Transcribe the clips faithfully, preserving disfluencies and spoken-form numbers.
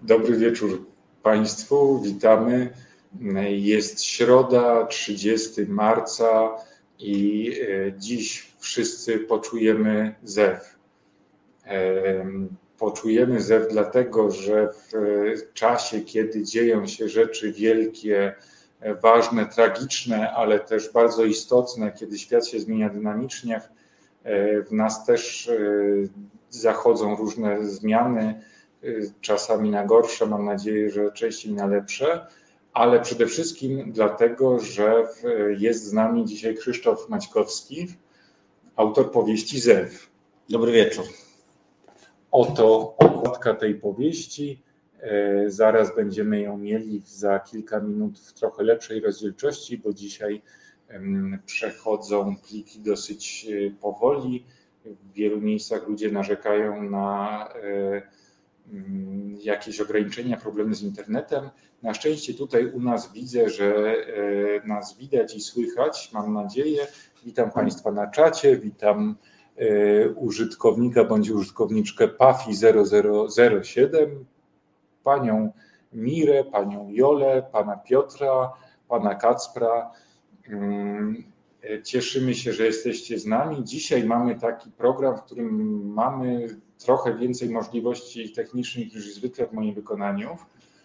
Dobry wieczór Państwu, witamy. Jest środa, trzydziestego marca i dziś wszyscy poczujemy zew. Poczujemy zew dlatego, że w czasie, kiedy dzieją się rzeczy wielkie, ważne, tragiczne, ale też bardzo istotne, kiedy świat się zmienia dynamicznie, w nas też zachodzą różne zmiany, czasami na gorsze, mam nadzieję, że częściej na lepsze, ale przede wszystkim dlatego, że jest z nami dzisiaj Krzysztof Maćkowski, autor powieści Zew. Dobry wieczór. Oto okładka tej powieści. Zaraz będziemy ją mieli za kilka minut w trochę lepszej rozdzielczości, bo dzisiaj przechodzą pliki dosyć powoli. W wielu miejscach ludzie narzekają na jakieś ograniczenia, problemy z internetem. Na szczęście tutaj u nas widzę, że nas widać i słychać, mam nadzieję. Witam Państwa na czacie, witam użytkownika bądź użytkowniczkę Pafi zero zero zero siedem, panią Mirę, panią Jolę, pana Piotra, pana Kacpra. Cieszymy się, że jesteście z nami. Dzisiaj mamy taki program, w którym mamy trochę więcej możliwości technicznych niż zwykle w moim wykonaniu.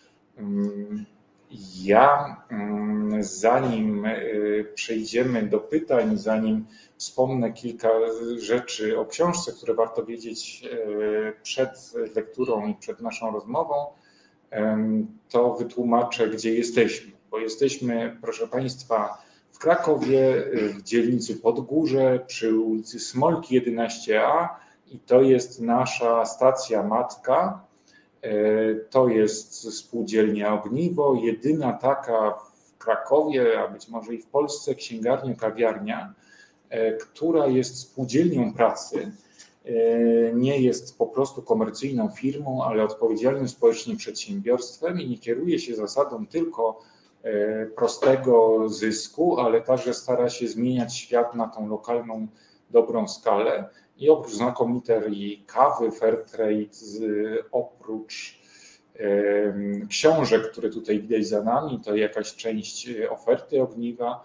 Ja, zanim przejdziemy do pytań, zanim wspomnę kilka rzeczy o książce, które warto wiedzieć przed lekturą i przed naszą rozmową, to wytłumaczę, gdzie jesteśmy. Bo jesteśmy, proszę Państwa, w Krakowie, w dzielnicy Podgórze, przy ulicy Smolki jedenaście A i to jest nasza stacja matka. To jest spółdzielnia Ogniwo, jedyna taka w Krakowie, a być może i w Polsce, księgarnia, kawiarnia, która jest spółdzielnią pracy. Nie jest po prostu komercyjną firmą, ale odpowiedzialnym społecznie przedsiębiorstwem i nie kieruje się zasadą tylko prostego zysku, ale także stara się zmieniać świat na tą lokalną, dobrą skalę. I oprócz znakomitej kawy Fairtrade, oprócz książek, które tutaj widać za nami, to jakaś część oferty Ogniwa,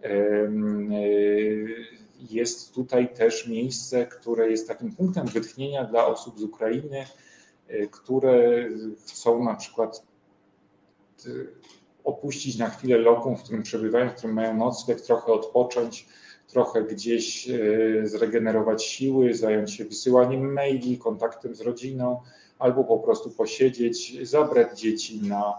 jest tutaj też miejsce, które jest takim punktem wytchnienia dla osób z Ukrainy, które chcą na przykład opuścić na chwilę lokum, w którym przebywają, w którym mają nocleg, trochę odpocząć, trochę gdzieś zregenerować siły, zająć się wysyłaniem maili, kontaktem z rodziną, albo po prostu posiedzieć, zabrać dzieci na,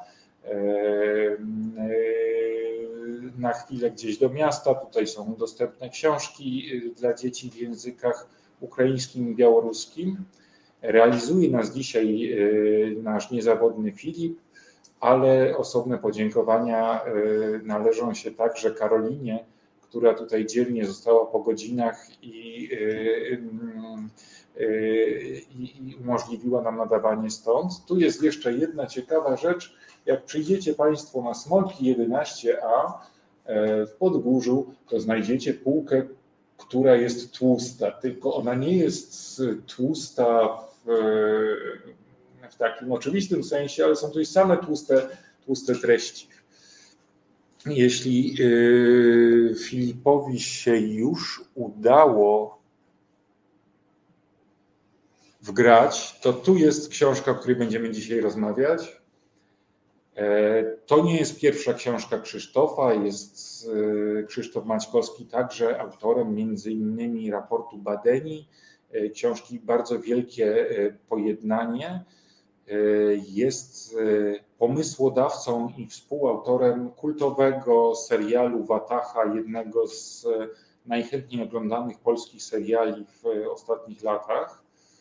na chwilę gdzieś do miasta. Tutaj są dostępne książki dla dzieci w językach ukraińskim i białoruskim. Realizuje nas dzisiaj nasz niezawodny Filip, ale osobne podziękowania należą się także Karolinie, która tutaj dzielnie została po godzinach i, i, i umożliwiła nam nadawanie stąd. Tu jest jeszcze jedna ciekawa rzecz. Jak przyjdziecie Państwo na Smolki jedenaście A w Podgórzu, to znajdziecie półkę, która jest tłusta, tylko ona nie jest tłusta w, w takim oczywistym sensie, ale są tu same tłuste, tłuste treści. Jeśli Filipowi się już udało wgrać, to tu jest książka, o której będziemy dzisiaj rozmawiać. To nie jest pierwsza książka Krzysztofa, jest Krzysztof Maćkowski także autorem między innymi raportu Badeni, książki Bardzo wielkie pojednanie. Jest pomysłodawcą i współautorem kultowego serialu Wataha, jednego z najchętniej oglądanych polskich seriali w ostatnich latach.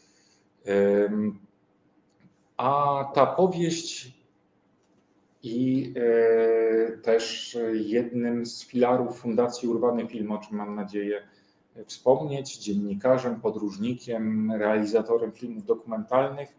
A ta powieść i też jednym z filarów Fundacji Urwany Film, o czym mam nadzieję wspomnieć, dziennikarzem, podróżnikiem, realizatorem filmów dokumentalnych.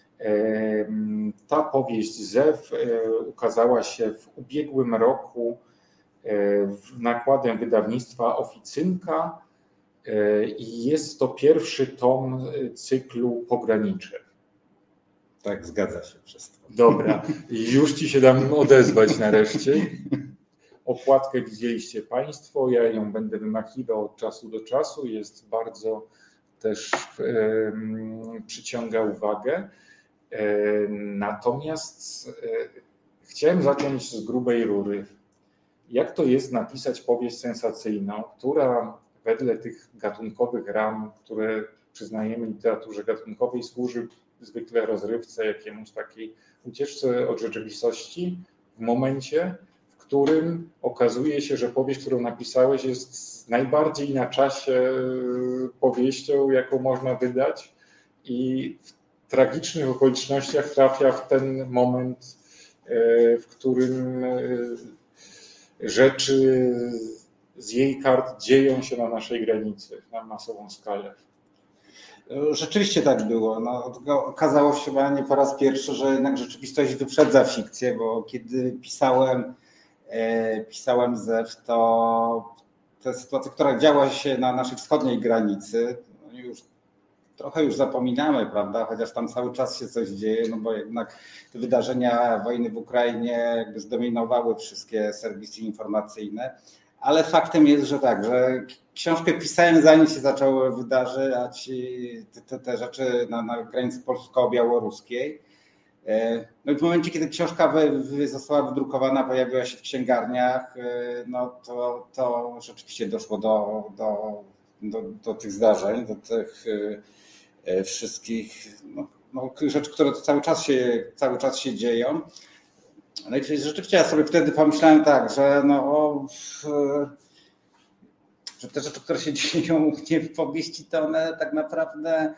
Ta powieść Zew ukazała się w ubiegłym roku nakładem wydawnictwa Oficynka i jest to pierwszy tom cyklu Pogranicze. Tak, zgadza się wszystko. Dobra, już Ci się dam odezwać nareszcie. Okładkę widzieliście Państwo, ja ją będę wymachiwał od czasu do czasu, jest bardzo też e, przyciąga uwagę. E, natomiast e, chciałem zacząć z grubej rury. Jak to jest napisać powieść sensacyjną, która wedle tych gatunkowych ram, które przyznajemy literaturze gatunkowej, służy zwykle rozrywce, jakiemuś takiej ucieczce od rzeczywistości, w momencie, w którym okazuje się, że powieść, którą napisałeś, jest najbardziej na czasie powieścią, jaką można wydać, i w tragicznych okolicznościach trafia w ten moment, w którym rzeczy z jej kart dzieją się na naszej granicy, na masową skalę. Rzeczywiście tak było. No, okazało się chyba nie po raz pierwszy, że jednak rzeczywistość wyprzedza fikcję, bo kiedy pisałem, e, pisałem Zew, to ta sytuacja, która działa się na naszej wschodniej granicy, no już trochę już zapominamy, prawda, chociaż tam cały czas się coś dzieje, no bo jednak te wydarzenia wojny w Ukrainie jakby zdominowały wszystkie serwisy informacyjne, ale faktem jest, że tak, że książkę pisałem zanim się zaczęły wydarzać te, te, te rzeczy na, na granicy polsko-białoruskiej. No i w momencie, kiedy książka wy, wy została wydrukowana, pojawiła się w księgarniach, no to, to rzeczywiście doszło do, do, do, do tych zdarzeń, do tych wszystkich no, no, rzeczy, które to cały czas się, cały czas się dzieją. No i rzeczywiście ja sobie wtedy pomyślałem tak, że no, że te rzeczy, które się dzieją nie w powieści, to one tak naprawdę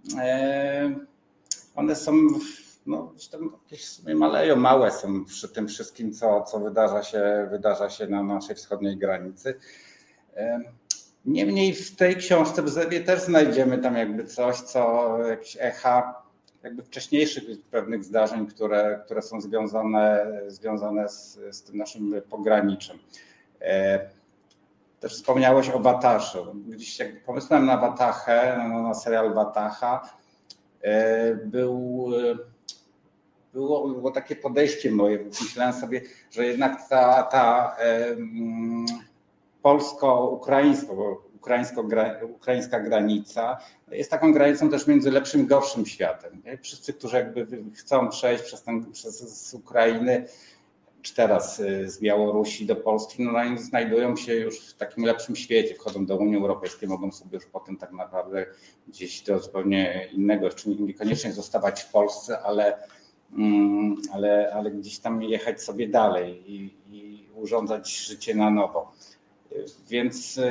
one są, no jakieś sobie maleją, małe są przy tym wszystkim, co, co wydarza się, wydarza się na naszej wschodniej granicy. Niemniej w tej książce w Zewie też znajdziemy tam jakby coś, co jakieś echa jakby wcześniejszych pewnych zdarzeń, które, które są związane, związane z, z tym naszym pograniczem. Też wspomniałeś o Wataszu. Gdzieś jakby pomysłem na Watachę, na, na serial Watacha był, było, było takie podejście moje, bo myślałem sobie, że jednak ta, ta um, polsko-ukraińsko, bo ukraińsko, ukraińska granica jest taką granicą też między lepszym i gorszym światem. Nie? Wszyscy, którzy jakby chcą przejść przez, ten, przez z Ukrainy, czy teraz z Białorusi do Polski, no znajdują się już w takim lepszym świecie, wchodzą do Unii Europejskiej, mogą sobie już potem tak naprawdę gdzieś do zupełnie innego, jeszcze niekoniecznie zostawać w Polsce, ale, ale, ale gdzieś tam jechać sobie dalej i, i urządzać życie na nowo. Więc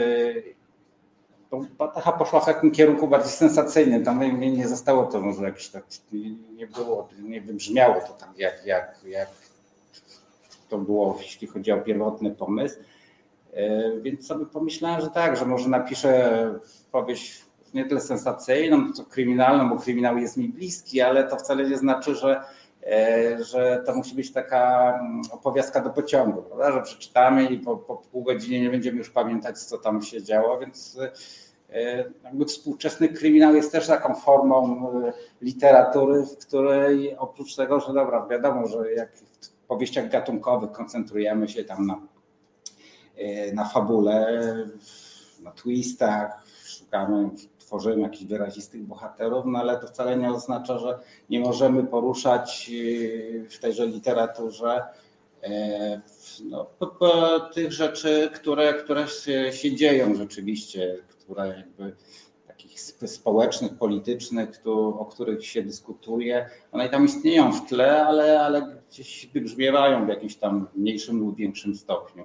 Watacha poszła w takim kierunku bardziej sensacyjnym. Tam mnie nie zostało to może jakieś tak, nie było, nie wybrzmiało to tak jak, jak, jak to było, jeśli chodzi o pierwotny pomysł. Więc sobie pomyślałem, że tak, że może napiszę powieść nie tyle sensacyjną, co kryminalną, bo kryminał jest mi bliski, ale to wcale nie znaczy, że że to musi być taka opowiastka do pociągu, prawda? Że przeczytamy i po, po pół godzinie nie będziemy już pamiętać, co tam się działo, więc jakby współczesny kryminał jest też taką formą literatury, w której oprócz tego, że dobra, wiadomo, że jak w powieściach gatunkowych koncentrujemy się tam na, na fabule, na twistach, szukamy, tworzymy jakichś wyrazistych bohaterów, no ale to wcale nie oznacza, że nie możemy poruszać w tejże literaturze no, tych rzeczy, które, które się dzieją rzeczywiście, które jakby takich społecznych, politycznych, o których się dyskutuje. One i tam istnieją w tle, ale, ale gdzieś wybrzmiewają w jakimś tam mniejszym lub większym stopniu.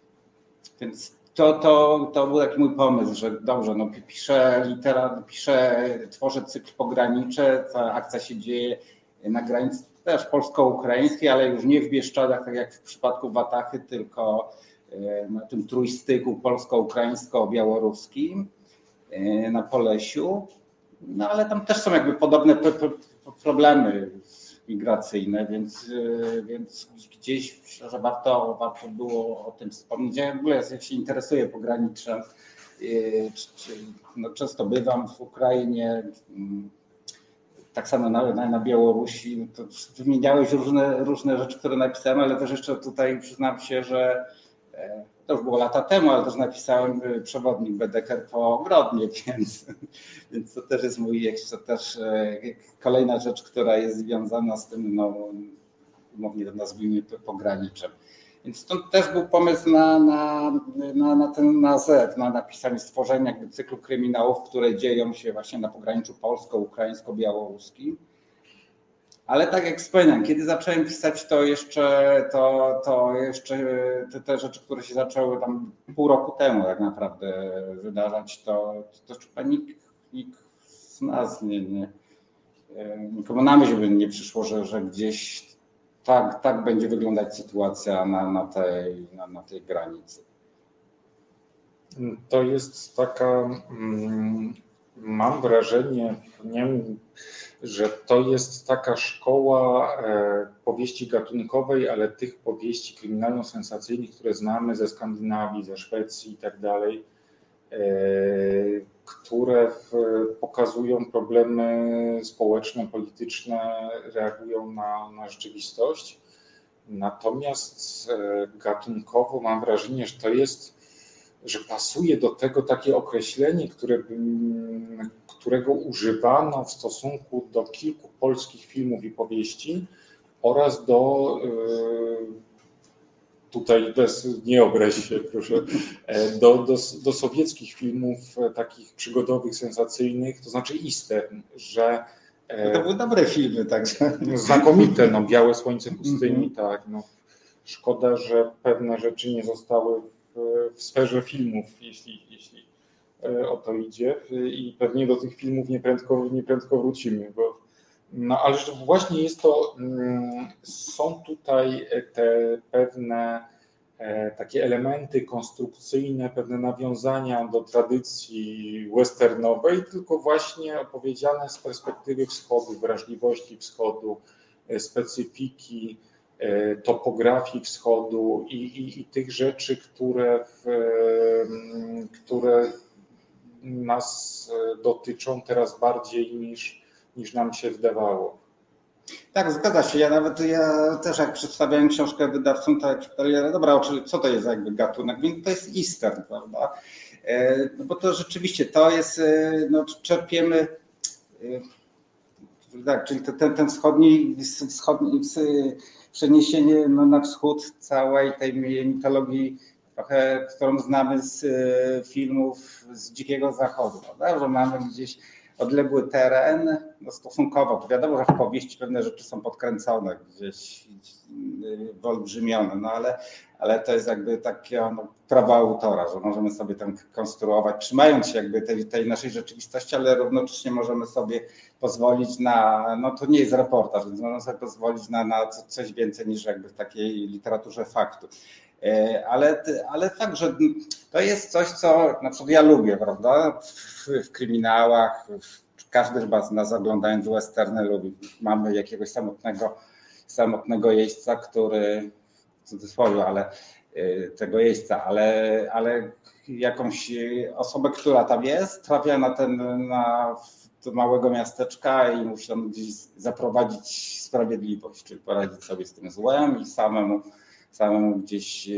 Więc To, to, to był taki mój pomysł, że dobrze, no piszę litera, piszę, tworzę cykl pogranicze, ta akcja się dzieje na granicy też polsko-ukraińskiej, ale już nie w Bieszczadach, tak jak w przypadku Watachy, tylko na tym trójstyku polsko-ukraińsko-białoruskim, na Polesiu. No ale tam też są jakby podobne problemy migracyjne, więc, więc gdzieś myślę, że warto, warto było o tym wspomnieć. Ja w ogóle ja się interesuję pograniczem. No, często bywam w Ukrainie. tak samo na, na, na Białorusi. To wymieniałeś różne, różne rzeczy, które napisałem, ale też jeszcze tutaj przyznam się, że to już było lata temu, ale też napisałem przewodnik Bedeker po Grodnie, więc, więc to też jest mój, jeszcze też kolejna rzecz, która jest związana z tym, no, umownie to nazwijmy pograniczem. Więc stąd też był pomysł na, na, na, na ten na Z, na napisanie, stworzenie jakby cyklu kryminałów, które dzieją się właśnie na pograniczu polsko-ukraińsko-białoruskim. Ale tak jak wspomniałem, kiedy zacząłem pisać, to jeszcze to, to jeszcze te, te rzeczy, które się zaczęły tam pół roku temu tak naprawdę wydarzać, to, to chyba nikt, nikt z nas nie, nie nikomu na myśl by nie przyszło, że, że gdzieś tak, tak będzie wyglądać sytuacja na, na, tej, na, na tej granicy. To jest taka, mam wrażenie, nie wiem, że to jest taka szkoła powieści gatunkowej, ale tych powieści kryminalno-sensacyjnych, które znamy ze Skandynawii, ze Szwecji i tak dalej, które pokazują problemy społeczne, polityczne, reagują na, na rzeczywistość. Natomiast gatunkowo mam wrażenie, że to jest, że pasuje do tego takie określenie, które, którego używano w stosunku do kilku polskich filmów i powieści oraz do, tutaj bez, nie obraź się proszę, do, do, do sowieckich filmów takich przygodowych, sensacyjnych, to znaczy eastern, że to były dobre filmy, także. Znakomite, no Białe Słońce Pustyni, mm-hmm. tak, no szkoda, że pewne rzeczy nie zostały w sferze filmów, jeśli, jeśli o to idzie, i pewnie do tych filmów nieprędko, nieprędko wrócimy, bo, no ale właśnie jest to, są tutaj te pewne takie elementy konstrukcyjne, pewne nawiązania do tradycji westernowej, tylko właśnie opowiedziane z perspektywy wschodu, wrażliwości wschodu, specyfiki, topografii wschodu i, i, i tych rzeczy, które, w, które nas dotyczą teraz bardziej niż, niż nam się wydawało. Tak, zgadza się. Ja nawet ja też jak przedstawiałem książkę wydawcom, to jak pytali, ale dobra, co to jest jakby gatunek? Więc to jest eastern, prawda? No bo to rzeczywiście to jest, no czerpiemy, tak, czyli ten, ten wschodni, wschodni przeniesienie no, na wschód całej tej mitologii, trochę, którą znamy z filmów z Dzikiego Zachodu, prawda? Że mamy gdzieś odległy teren, no stosunkowo, to wiadomo, że w powieści pewne rzeczy są podkręcone, gdzieś wyolbrzymione, no ale, ale to jest jakby takie no, prawo autora, że możemy sobie tam konstruować, trzymając się jakby tej, tej naszej rzeczywistości, ale równocześnie możemy sobie pozwolić na, no to nie jest reportaż, więc możemy sobie pozwolić na, na coś więcej niż jakby w takiej literaturze faktu. Ale, ale tak, że to jest coś, co na przykład ja lubię, prawda? W, w kryminałach, w, każdy chyba z nas oglądając westerny lubi. Mamy jakiegoś samotnego, samotnego jeźdźca, który, w cudzysłowie, ale tego jeźdźca, ale, ale jakąś osobę, która tam jest, trafia na ten, na do małego miasteczka i musi tam gdzieś zaprowadzić sprawiedliwość, czyli poradzić sobie z tym złem i samemu samemu gdzieś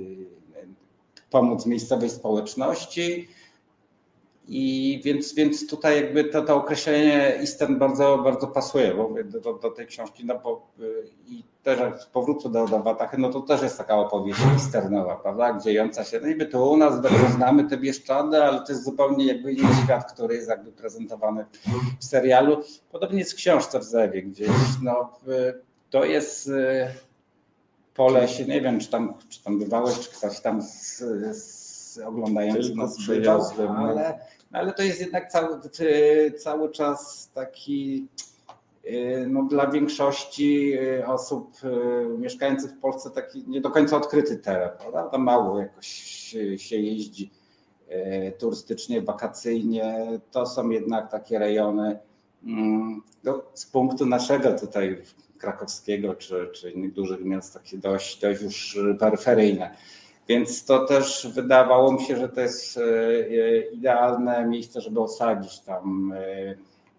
pomóc miejscowej społeczności. I więc, więc tutaj jakby to, to określenie eastern bardzo, bardzo pasuje bo do, do tej książki. No bo, i też jak powrócę do, do Watachy, no to też jest taka opowieść easternowa, prawda? Dziejąca się, no niby tu u nas znamy te Bieszczady, ale to jest zupełnie jakby inny świat, który jest jakby prezentowany w serialu. Podobnie jest w książce w Zewie gdzieś. No, to jest po lesie, nie wiem, czy tam, czy tam bywałeś, czy ktoś tam z, z oglądający nas bywał, ale, ale to jest jednak cały, cały czas taki no, dla większości osób mieszkających w Polsce taki nie do końca odkryty teren, prawda? Tam mało jakoś się jeździ turystycznie, wakacyjnie. To są jednak takie rejony no, z punktu naszego tutaj krakowskiego czy, czy innych dużych miast takie dość, dość już peryferyjne. Więc to też wydawało mi się, że to jest idealne miejsce, żeby osadzić tam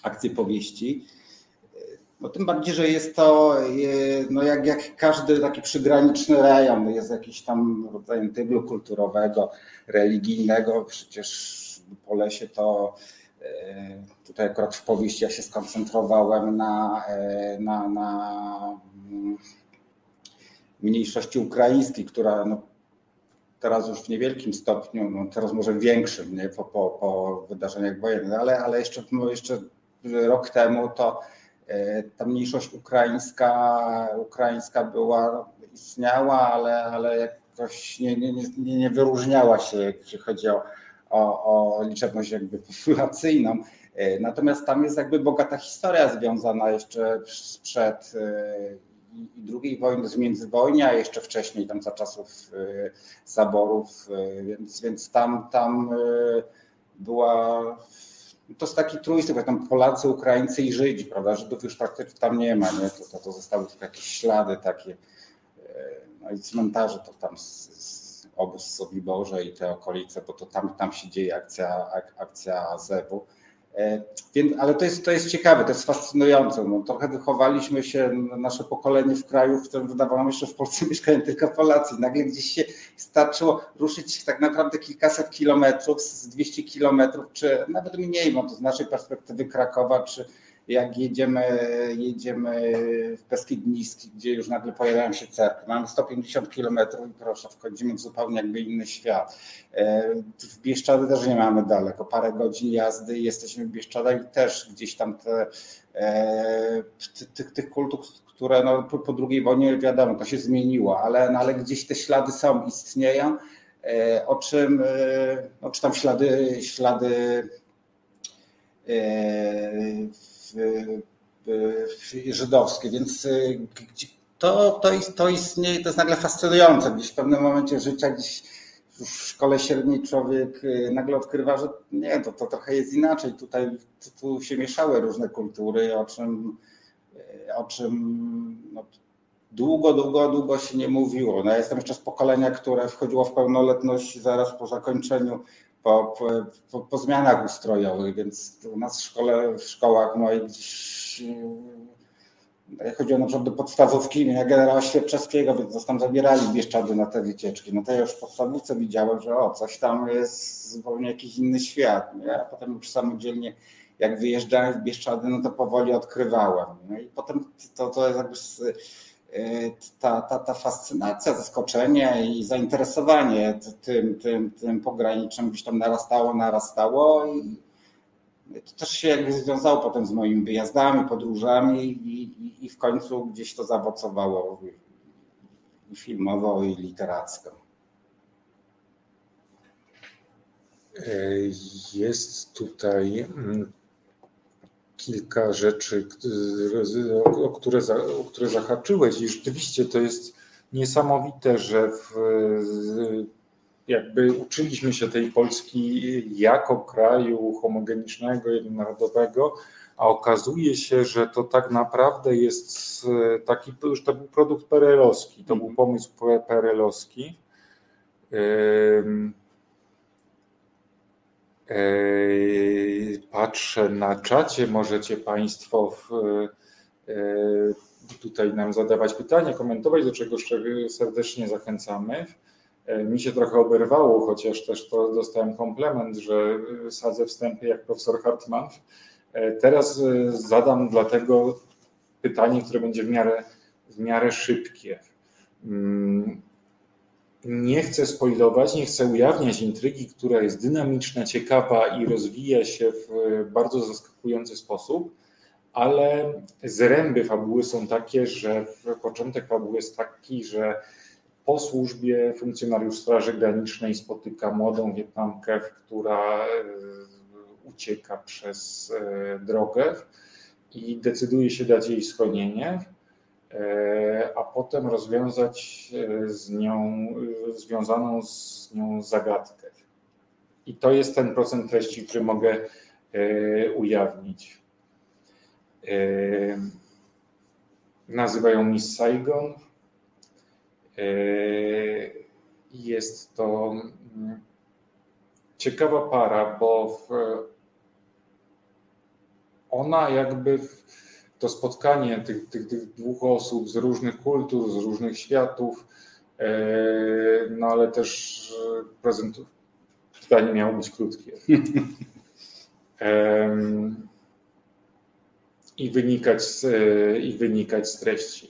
akcję powieści. No tym bardziej, że jest to no jak, jak każdy taki przygraniczny rejon, jest jakiś tam rodzaj tyglu kulturowego, religijnego. Przecież po lesie to tutaj akurat w powieści ja się skoncentrowałem na, na, na mniejszości ukraińskiej, która no teraz już w niewielkim stopniu, no teraz może większym, nie, po, po, po wydarzeniach wojennych, ale, ale jeszcze, no jeszcze rok temu to ta mniejszość ukraińska, ukraińska była, istniała, ale, ale jakoś nie, nie, nie, nie wyróżniała się, jeśli chodzi o, o, o liczebność jakby populacyjną. Natomiast tam jest jakby bogata historia związana jeszcze sprzed i drugiej wojny, z międzywojnia, a jeszcze wcześniej, tam za czasów zaborów, więc, więc tam, tam była, to jest taki trójstyk, tam Polacy, Ukraińcy i Żydzi, prawda? Żydów już praktycznie tam nie ma, nie? To, to, to zostały tylko jakieś ślady takie, no i cmentarze, to tam z, z obóz Sobiborze i te okolice, bo to tam, tam się dzieje akcja, akcja Zewu. Więc, ale to jest, to jest ciekawe, to jest fascynujące. No, trochę wychowaliśmy się, nasze pokolenie w kraju, w którym wydawało mi się, że w Polsce mieszkają tylko Polacy. Nagle gdzieś się starczyło ruszyć tak naprawdę kilkaset kilometrów, z dwieście kilometrów, czy nawet mniej, bo to z naszej perspektywy Krakowa, czy jak jedziemy, jedziemy w Beskid Niski, gdzie już nagle pojawiają się cerkwy. Mamy sto pięćdziesiąt kilometrów i proszę, wchodzimy w zupełnie jakby inny świat. W Bieszczady też nie mamy daleko, parę godzin jazdy i jesteśmy w Bieszczadach i też gdzieś tam te, tych, tych kultów, które no, po, po drugiej wojnie wiadomo, to się zmieniło, ale, no, ale gdzieś te ślady są, istnieją, o czym, no, czy tam ślady, ślady żydowskie, więc to, to, to istnieje, to jest nagle fascynujące. Gdzieś w pewnym momencie życia, gdzieś w szkole średniej człowiek nagle odkrywa, że nie, to, to trochę jest inaczej. Tutaj tu się mieszały różne kultury, o czym, o czym no, długo, długo, długo się nie mówiło. No, ja jestem jeszcze z pokolenia, które wchodziło w pełnoletność zaraz po zakończeniu Po, po, po zmianach ustrojowych, więc u nas w szkole, w szkołach moich gdzieś, ja chodziłem na przykład do podstawówki imienia generała Świerczewskiego, więc nas tam zabierali Bieszczady na te wycieczki. No to ja już w podstawówce widziałem, że o, coś tam jest zupełnie jakiś inny świat. Nie? A potem już samodzielnie, jak wyjeżdżałem w Bieszczady, no to powoli odkrywałem. No i potem to, to jest jakby Ta, ta, ta fascynacja, zaskoczenie i zainteresowanie tym, tym, tym pograniczem gdzieś tam narastało, narastało i to też się jakby związało potem z moimi wyjazdami, podróżami i, i, i w końcu gdzieś to zaowocowało i filmowo, i literacko. Jest tutaj kilka rzeczy, o które, o które zahaczyłeś i rzeczywiście to jest niesamowite, że w, jakby uczyliśmy się tej Polski jako kraju homogenicznego, jednonarodowego, a okazuje się, że to tak naprawdę jest taki, już to był produkt perelowski, to był pomysł perelowski. Patrzę na czacie, możecie Państwo w, tutaj nam zadawać pytania, komentować, do czego serdecznie zachęcamy. Mi się trochę oberwało, chociaż też to dostałem komplement, że sadzę wstępy jak profesor Hartmann. Teraz zadam dlatego pytanie, które będzie w miarę, w miarę szybkie. Nie chcę spoilować, nie chcę ujawniać intrygi, która jest dynamiczna, ciekawa i rozwija się w bardzo zaskakujący sposób, ale zręby fabuły są takie, że początek fabuły jest taki, że po służbie funkcjonariusz Straży Granicznej spotyka młodą Wietnamkę, która ucieka przez drogę i decyduje się dać jej schronienie, a potem rozwiązać z nią, związaną z nią zagadkę. I to jest ten procent treści, który mogę ujawnić. Nazywają Miss Saigon. Jest to ciekawa para, bo w ona jakby, to spotkanie tych, tych, tych dwóch osób z różnych kultur, z różnych światów, no ale też prezentów, pytanie miało być krótkie. I wynikać z, i wynikać z treści.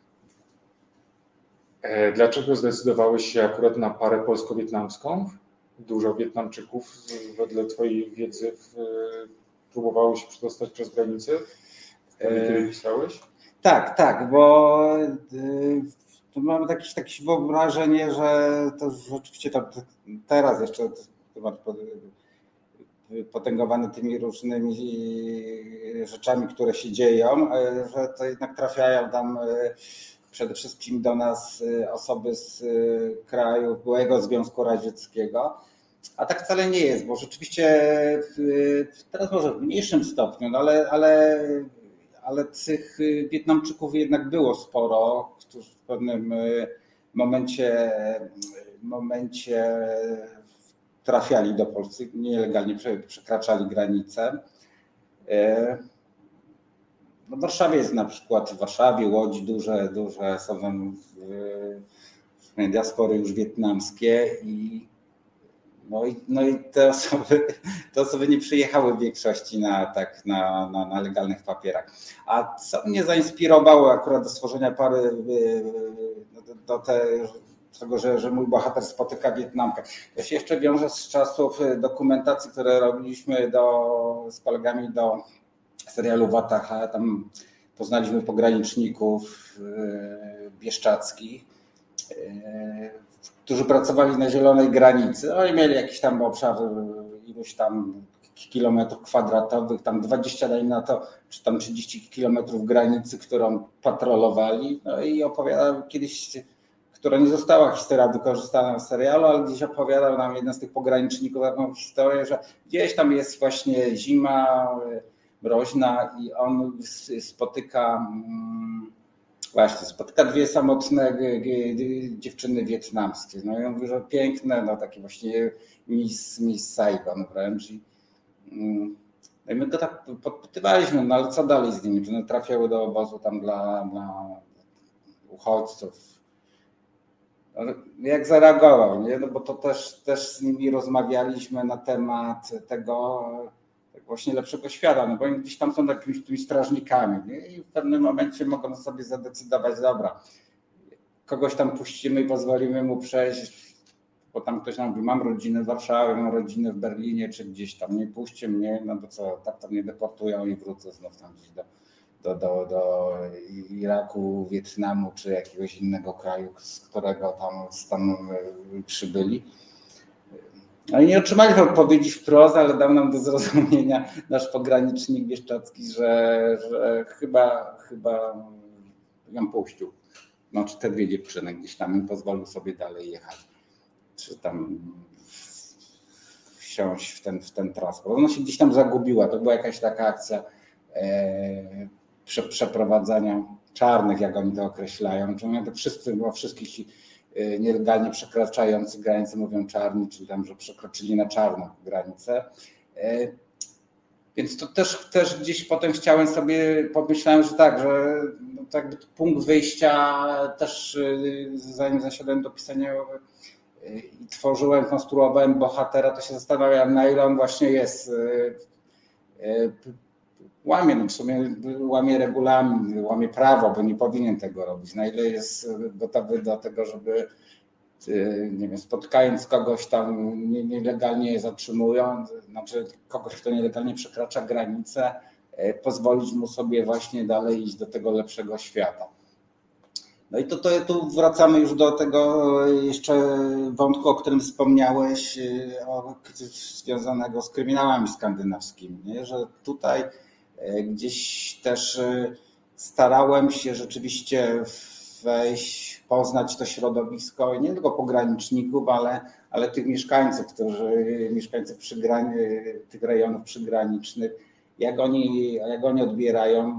Dlaczego zdecydowałeś się akurat na parę polsko-wietnamską? Dużo Wietnamczyków wedle twojej wiedzy w, próbowało się przedostać przez granicę? Kiedy pisałeś? Tak, tak, bo tu mam jakieś takie wyobrażenie, że to rzeczywiście to teraz jeszcze temat potęgowany tymi różnymi rzeczami, które się dzieją, że to jednak trafiają tam przede wszystkim do nas osoby z krajów byłego Związku Radzieckiego, a tak wcale nie jest, bo rzeczywiście teraz może w mniejszym stopniu, no ale, ale, ale tych Wietnamczyków jednak było sporo, którzy w pewnym momencie, momencie trafiali do Polski, nielegalnie przekraczali granicę. No w Warszawie jest na przykład, w Warszawie, Łodzi duże, duże są tam diaspory już wietnamskie i no i, no i te osoby, te osoby nie przyjechały w większości na, tak, na, na, na legalnych papierach. A co mnie zainspirowało akurat do stworzenia pary do, do te, tego, że, że mój bohater spotyka Wietnamkę. To się jeszcze wiąże z czasów dokumentacji, które robiliśmy do, z kolegami do serialu Wataha. Tam poznaliśmy pograniczników bieszczadzkich, którzy pracowali na zielonej granicy. Oni mieli jakiś tam obszar iluś tam kilometrów kwadratowych, tam dwadzieścia daj na to, czy tam trzydzieści kilometrów granicy, którą patrolowali. No i opowiadał kiedyś, która nie została historia wykorzystana w serialu, ale gdzieś opowiadał nam jeden z tych pograniczników taką historię, że gdzieś tam jest właśnie zima mroźna i on spotyka właśnie, spotyka dwie samotne dziewczyny wietnamskie. No i on mówi, że piękne, no takie właśnie Miss, Miss Saigon wręcz. No i my go tak podpytywaliśmy, no ale co dalej z nimi? Czy one trafiały do obozu tam dla, dla uchodźców? Jak zareagował, nie? No bo to też, też z nimi rozmawialiśmy na temat tego właśnie lepszego świata, no bo oni gdzieś tam są takimi tymi strażnikami, nie? I w pewnym momencie mogą sobie zadecydować, dobra, kogoś tam puścimy i pozwolimy mu przejść, bo tam ktoś nam mówi, mam rodzinę w Warszawie, mam rodzinę w Berlinie, czy gdzieś tam, nie puśćcie mnie, no to co, tak to mnie deportują i wrócę znów tam gdzieś do, do, do, do Iraku, Wietnamu, czy jakiegoś innego kraju, z którego tam stanu przybyli. No i nie otrzymaliśmy odpowiedzi wprost, ale dał nam do zrozumienia nasz pogranicznik bieszczadzki, że, że chyba, chyba ją puścił. Znaczy te dwie dziewczyny gdzieś tam i pozwolił sobie dalej jechać. Czy tam wsiąść w ten, w ten transport. Ona się gdzieś tam zagubiła. To była jakaś taka akcja e, prze, przeprowadzania czarnych, jak oni to określają. Czy to wszyscy, bo wszystkich nielegalnie przekraczający granicę mówią czarni, czyli tam, że przekroczyli na czarną granicę. Więc to też, też gdzieś potem chciałem sobie, pomyślałem, że tak, że no to jakby punkt wyjścia też zanim zasiadłem do pisania i tworzyłem, konstruowałem bohatera, to się zastanawiałem, na ile on właśnie jest łamie, no w sumie łamie regulamin, łamie prawo, bo nie powinien tego robić. Na ile jest gotowy do tego, żeby, nie wiem, spotykając kogoś tam nielegalnie zatrzymując, znaczy kogoś, kto nielegalnie przekracza granicę, pozwolić mu sobie właśnie dalej iść do tego lepszego świata. No i to, to tu wracamy już do tego jeszcze wątku, o którym wspomniałeś, o, związanego z kryminałami skandynawskimi, nie? Że tutaj gdzieś też starałem się rzeczywiście wejść, poznać to środowisko nie tylko pograniczników, ale, ale tych mieszkańców, którzy mieszkańców przygrani, tych rejonów przygranicznych, jak oni, jak oni odbierają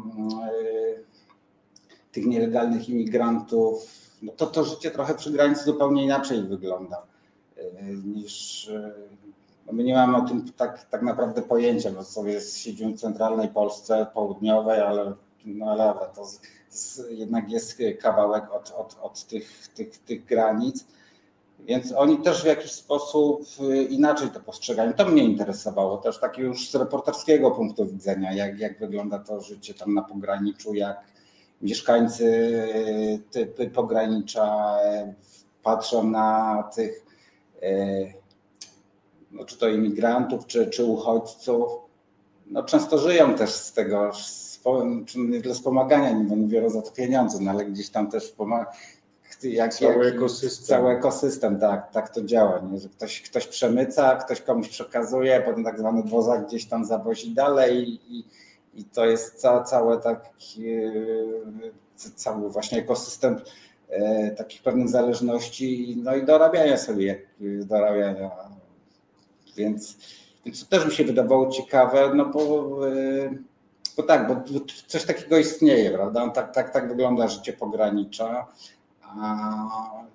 tych nielegalnych imigrantów. No to to życie trochę przy granicy zupełnie inaczej wygląda niż No my nie mamy o tym tak, tak naprawdę pojęcia, bo sobie siedzimy w centralnej Polsce, południowej, ale, no ale to z, z, jednak jest kawałek od, od, od tych, tych, tych granic, więc oni też w jakiś sposób inaczej to postrzegają. To mnie interesowało też takie już z reporterskiego punktu widzenia, jak, jak wygląda to życie tam na pograniczu, jak mieszkańcy typy pogranicza patrzą na tych no, czy to imigrantów, czy, czy uchodźców, no często żyją też z tego, czy nie dla wspomagania, nie biorą za to pieniądze, no ale gdzieś tam też pomaga. Jak, cały jak, ekosystem. Cały ekosystem, tak, tak to działa, nie? Że ktoś, ktoś przemyca, ktoś komuś przekazuje, potem tak zwany wozak gdzieś tam zawozi dalej i, i to jest ca, całe taki, cały właśnie ekosystem e, takich pewnych zależności, no i dorabiania sobie, dorabiania. Więc, więc to też mi się wydawało ciekawe, no bo, bo tak, bo coś takiego istnieje, prawda? Tak, tak, tak wygląda życie pogranicza. A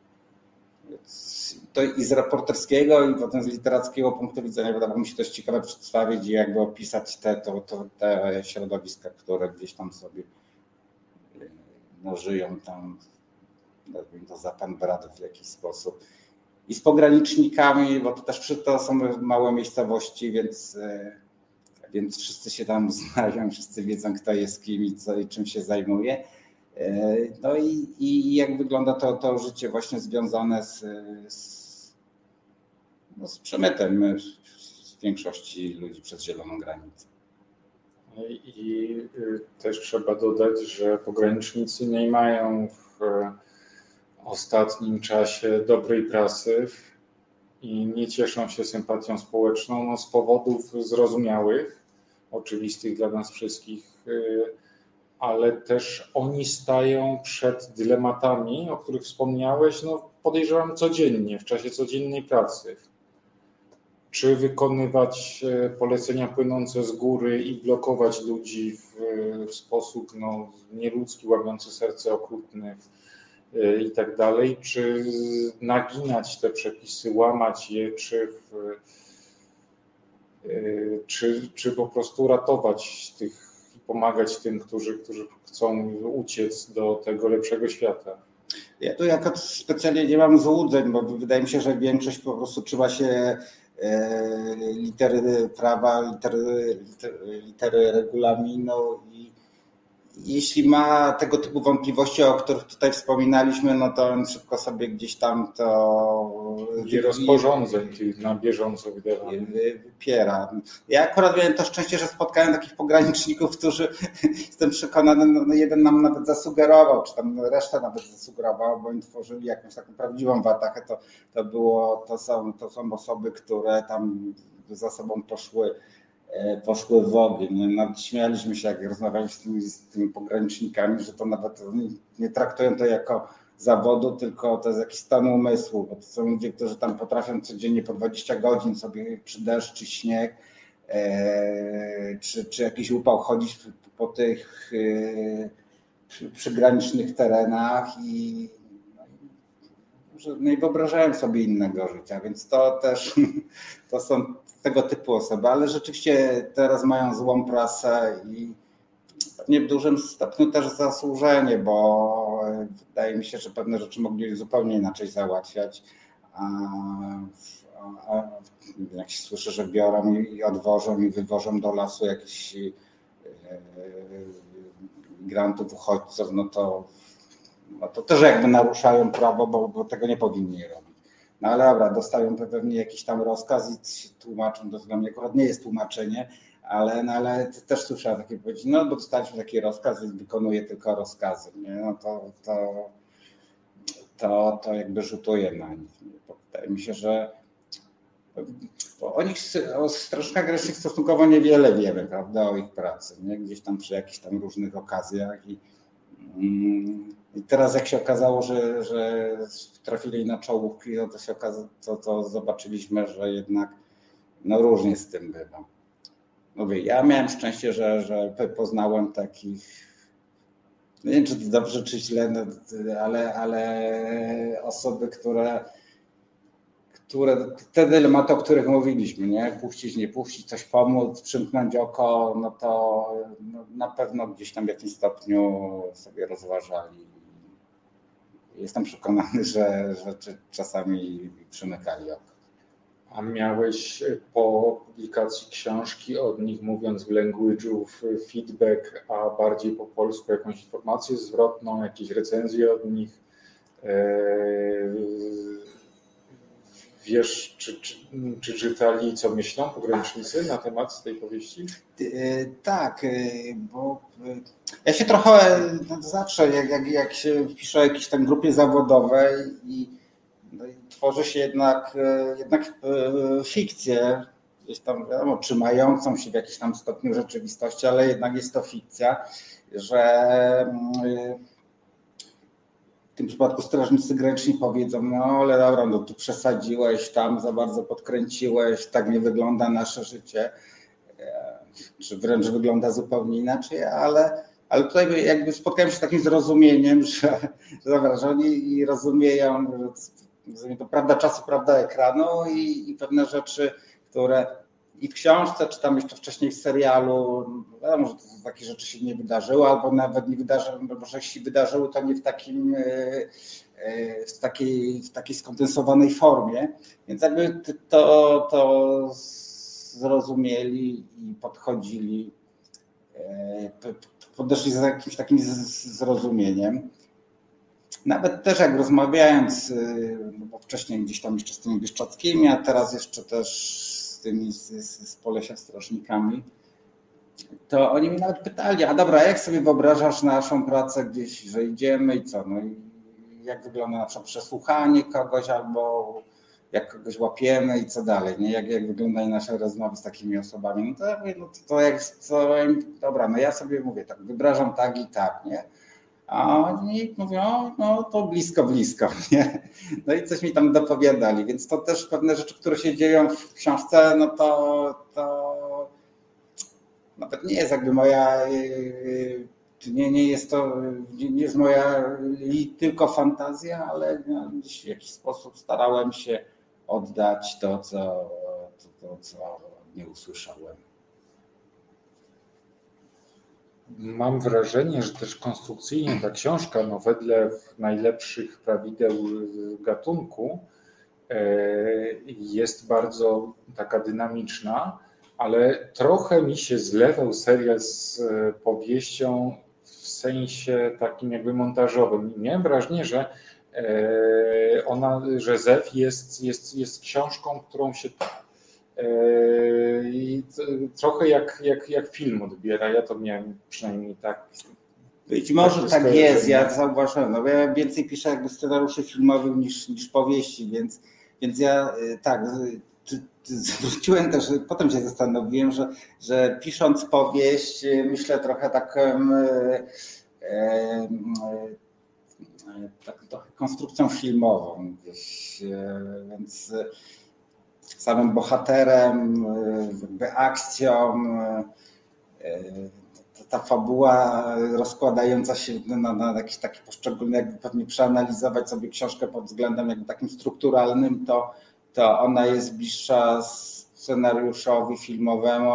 to i z reporterskiego, i potem z literackiego punktu widzenia wydawało mi się też ciekawe przedstawić i jakby opisać te, to, to, te środowiska, które gdzieś tam sobie no, żyją tam, nazwijmy to za pan brat w jakiś sposób. I z pogranicznikami, bo to też to są małe miejscowości, więc, więc wszyscy się tam znają, wszyscy wiedzą, kto jest kim i, co, i czym się zajmuje. No i, i jak wygląda to, to życie właśnie związane z, z, no z przemytem większości ludzi przez zieloną granicę. I też trzeba dodać, że pogranicznicy nie mają w ostatnim czasie dobrej prasy i nie cieszą się sympatią społeczną no z powodów zrozumiałych, oczywistych dla nas wszystkich, ale też oni stają przed dylematami, o których wspomniałeś, no podejrzewam codziennie, w czasie codziennej pracy. Czy wykonywać polecenia płynące z góry i blokować ludzi w, w sposób no, nieludzki, łamiący serce, okrutny i tak dalej, czy naginać te przepisy, łamać je, czy, w, czy, czy po prostu ratować tych i pomagać tym, którzy, którzy chcą uciec do tego lepszego świata. Ja tu jako specjalnie nie mam złudzeń, bo wydaje mi się, że większość po prostu trzyma się litery prawa, litery, litery regulaminu i jeśli ma tego typu wątpliwości, o których tutaj wspominaliśmy, no to on szybko sobie gdzieś tam to i rozporządzeń tych na bieżąco wydawanych wypiera. Ja akurat miałem to szczęście, że spotkałem takich pograniczników, którzy jestem przekonany, no jeden nam nawet zasugerował, czy tam reszta nawet zasugerowała, bo oni tworzyli jakąś taką prawdziwą watachę. To, to było, to są, to są osoby, które tam za sobą poszły poszły w ogień. Nawet śmialiśmy się, jak rozmawialiśmy z tymi, z tymi pogranicznikami, że to nawet nie traktują to jako zawodu, tylko to jest jakiś stan umysłu, bo to są ludzie, którzy tam potrafią codziennie po dwadzieścia godzin sobie przy deszcz czy śnieg, e, czy, czy jakiś upał chodzić po tych e, przy, przygranicznych terenach i no, nie wyobrażałem sobie innego życia, więc to też to są tego typu osoby, ale rzeczywiście teraz mają złą prasę i pewnie w dużym stopniu też zasłużenie, bo wydaje mi się, że pewne rzeczy mogli zupełnie inaczej załatwiać. A, a jak się słyszy, że biorą i odwożą i wywożą do lasu jakichś migrantów, uchodźców, no to, no to też jakby naruszają prawo, bo, bo tego nie powinni robić. No ale dobra, dostają pewnie jakiś tam rozkaz i się tłumaczą, to dla mnie akurat nie jest tłumaczenie, ale, no, ale też słyszałem takie powiedzieć, no bo dostaliśmy taki rozkaz i wykonuję tylko rozkazy, nie? No to, to, to, to jakby rzutuje na nich. Wydaje mi się, że bo o nich, o strażnikach granicznych stosunkowo niewiele wiemy, prawda, o ich pracy, nie? Gdzieś tam przy jakichś tam różnych okazjach i I teraz jak się okazało, że, że trafili na czołówki, no to się okazało, to, to zobaczyliśmy, że jednak no różnie z tym bywa. Mówię, ja miałem szczęście, że, że poznałem takich, nie wiem czy to dobrze czy źle, ale, ale osoby, które, które, te dylematy, o których mówiliśmy, nie? Puścić, nie puścić, coś pomóc, przymknąć oko, no to no, na pewno gdzieś tam w jakimś stopniu sobie rozważali. Jestem przekonany, że, że czasami przymykali oko. A miałeś po publikacji książki od nich, mówiąc w language'u, feedback, a bardziej po polsku jakąś informację zwrotną, jakieś recenzje od nich? Wiesz, czy, czy, czy czytali, co myślą pogranicznicy na temat tej powieści? Tak, bo ja się trochę zawsze, jak, jak, jak się pisze o jakiejś tam grupie zawodowej i, no i tworzy się jednak, jednak fikcję, gdzieś tam wiadomo, trzymającą się w jakimś tam stopniu rzeczywistości, ale jednak jest to fikcja, że w tym przypadku strażnicy greczni powiedzą, no ale dobra, no tu przesadziłeś, tam za bardzo podkręciłeś, tak nie wygląda nasze życie, czy wręcz wygląda zupełnie inaczej, ale, ale tutaj jakby spotkałem się z takim zrozumieniem, że, że, dobra, że oni rozumieją, że to prawda czasu, prawda ekranu i, i pewne rzeczy, które i w książce, czy tam jeszcze wcześniej w serialu, wiadomo, że to, takie rzeczy się nie wydarzyły, albo nawet nie wydarzyły, może jeśli wydarzyły, to nie w takim, w takiej, w takiej skondensowanej formie, więc jakby to, to zrozumieli i podchodzili, podeszli z jakimś takim zrozumieniem. Nawet też jak rozmawiając, no bo wcześniej gdzieś tam jeszcze z tymi Bieszczadzkimi, a teraz jeszcze też z tymi z, z, z Polesia strażnikami, to oni mnie nawet pytali, a dobra, jak sobie wyobrażasz naszą pracę gdzieś, że idziemy i co, no i jak wygląda na przykład przesłuchanie kogoś albo jak kogoś łapiemy i co dalej, nie? Jak, jak wyglądają nasze rozmowy z takimi osobami, no to ja mówię, no to, to jak, co, dobra, no ja sobie mówię tak, wyobrażam tak i tak, nie? A oni mówią, no to blisko, blisko, nie? No i coś mi tam dopowiadali, więc to też pewne rzeczy, które się dzieją w książce, no to, to nawet nie jest jakby moja, nie, nie jest to, nie jest moja tylko fantazja, ale gdzieś w jakiś sposób starałem się oddać to, co, to, to, co nie usłyszałem. Mam wrażenie, że też konstrukcyjnie ta książka, no wedle najlepszych prawideł gatunku, jest bardzo taka dynamiczna, ale trochę mi się zlewał serial z powieścią w sensie takim jakby montażowym. Miałem wrażenie, że ona, że Zew jest, jest, jest książką, którą się i trochę jak, jak, jak film odbiera. Ja to miałem przynajmniej tak. Być może tak jest, ja zauważyłem. No, ja więcej piszę jakby scenariuszy filmowych niż, niż powieści, więc, więc ja tak zwróciłem też, potem się zastanowiłem, że, że pisząc powieść myślę trochę tak, e, e, tak trochę konstrukcją filmową gdzieś, e, więc samym bohaterem, jakby akcją, ta fabuła rozkładająca się na, na jakieś takie poszczególne, jakby pewnie przeanalizować sobie książkę pod względem jakby takim strukturalnym, to, to ona jest bliższa scenariuszowi filmowemu,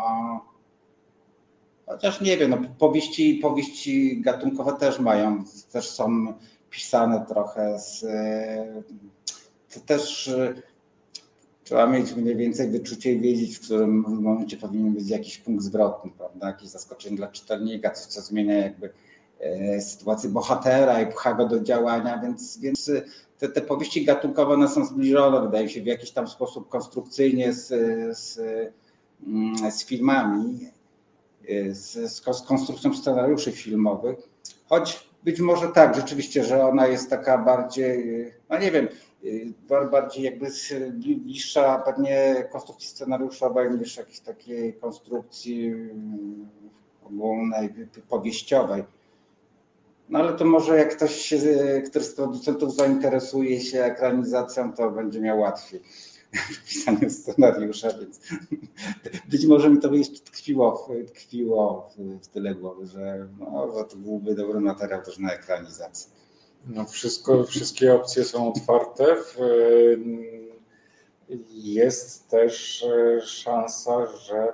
chociaż nie wiem, no powieści, powieści gatunkowe też mają, też są pisane trochę z, to też trzeba mieć mniej więcej wyczucie i wiedzieć, w którym momencie powinien być jakiś punkt zwrotny, prawda? Jakieś zaskoczenie dla czytelnika, coś, co zmienia jakby e, sytuację bohatera i pcha go do działania, więc, więc te, te powieści gatunkowe one są zbliżone, wydaje się, w jakiś tam sposób konstrukcyjnie z, z, z filmami, z, z konstrukcją scenariuszy filmowych, choć być może tak, rzeczywiście, że ona jest taka bardziej, no nie wiem, bardziej jakby bliższa pewnie konstrukcji scenariuszowej niż jakiejś takiej konstrukcji ogólnej, powieściowej. No ale to może jak ktoś się, który z producentów zainteresuje się ekranizacją, to będzie miał łatwiej w pisaniu scenariusza, więc być może mi to jeszcze tkwiło, tkwiło w tyle głowy, że, no, że to byłby dobry materiał też na ekranizację. No wszystko, wszystkie opcje są otwarte. W, jest też szansa, że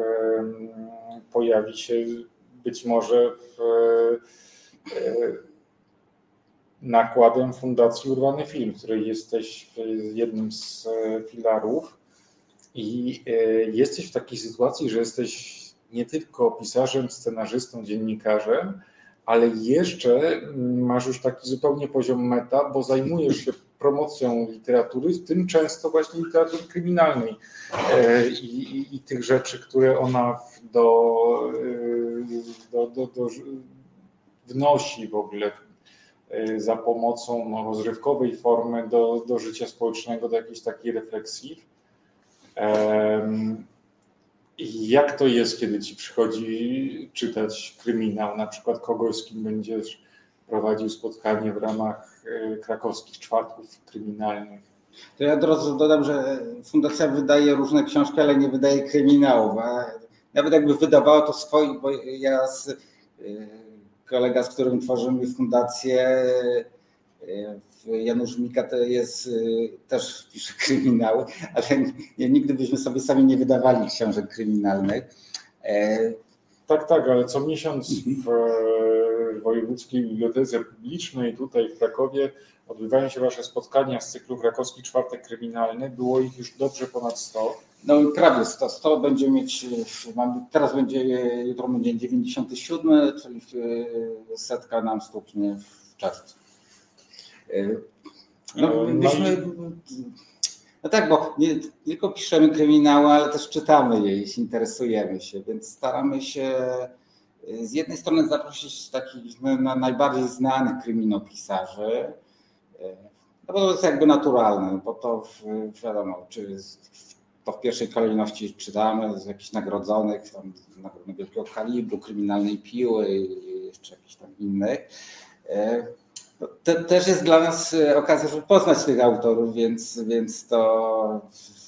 pojawi się być może w nakładem Fundacji Urwany Film, której jesteś jednym z filarów i jesteś w takiej sytuacji, że jesteś nie tylko pisarzem, scenarzystą, dziennikarzem, ale jeszcze masz już taki zupełnie poziom meta, bo zajmujesz się promocją literatury, w tym często właśnie literatury kryminalnej i, i, i tych rzeczy, które ona do, do, do, do wnosi w ogóle za pomocą no, rozrywkowej formy do, do życia społecznego, do jakiejś takiej refleksji. I jak to jest, kiedy ci przychodzi czytać kryminał, na przykład kogoś, z kim będziesz prowadził spotkanie w ramach krakowskich czwartków kryminalnych? To ja od razu dodam, że fundacja wydaje różne książki, ale nie wydaje kryminałów. A nawet jakby wydawała to swoich, bo ja z, kolega, z którym tworzymy fundację, Janusz Mika to jest, też pisze kryminały, ale nie, nigdy byśmy sobie sami nie wydawali książek kryminalnych. Tak, tak, ale co miesiąc w Wojewódzkiej Bibliotece Publicznej tutaj w Krakowie odbywają się wasze spotkania z cyklu Krakowski Czwartek Kryminalny. Było ich już dobrze ponad sto. No i prawie sto. sto będzie mieć, teraz będzie, jutro będzie dziewięćdziesiąty siódmy, czyli setka nam stuknie w czerwcu. No, myśmy, no tak, bo nie, nie tylko piszemy kryminały, ale też czytamy je, jeśli interesujemy się, więc staramy się z jednej strony zaprosić takich na najbardziej znanych kryminopisarzy, no bo to jest jakby naturalne, bo to wiadomo, czy to w pierwszej kolejności czytamy z jakichś nagrodzonych, tam nagrody wielkiego kalibru, Kryminalnej Piły i jeszcze jakichś tam innych. To też jest dla nas okazja, żeby poznać tych autorów, więc, więc to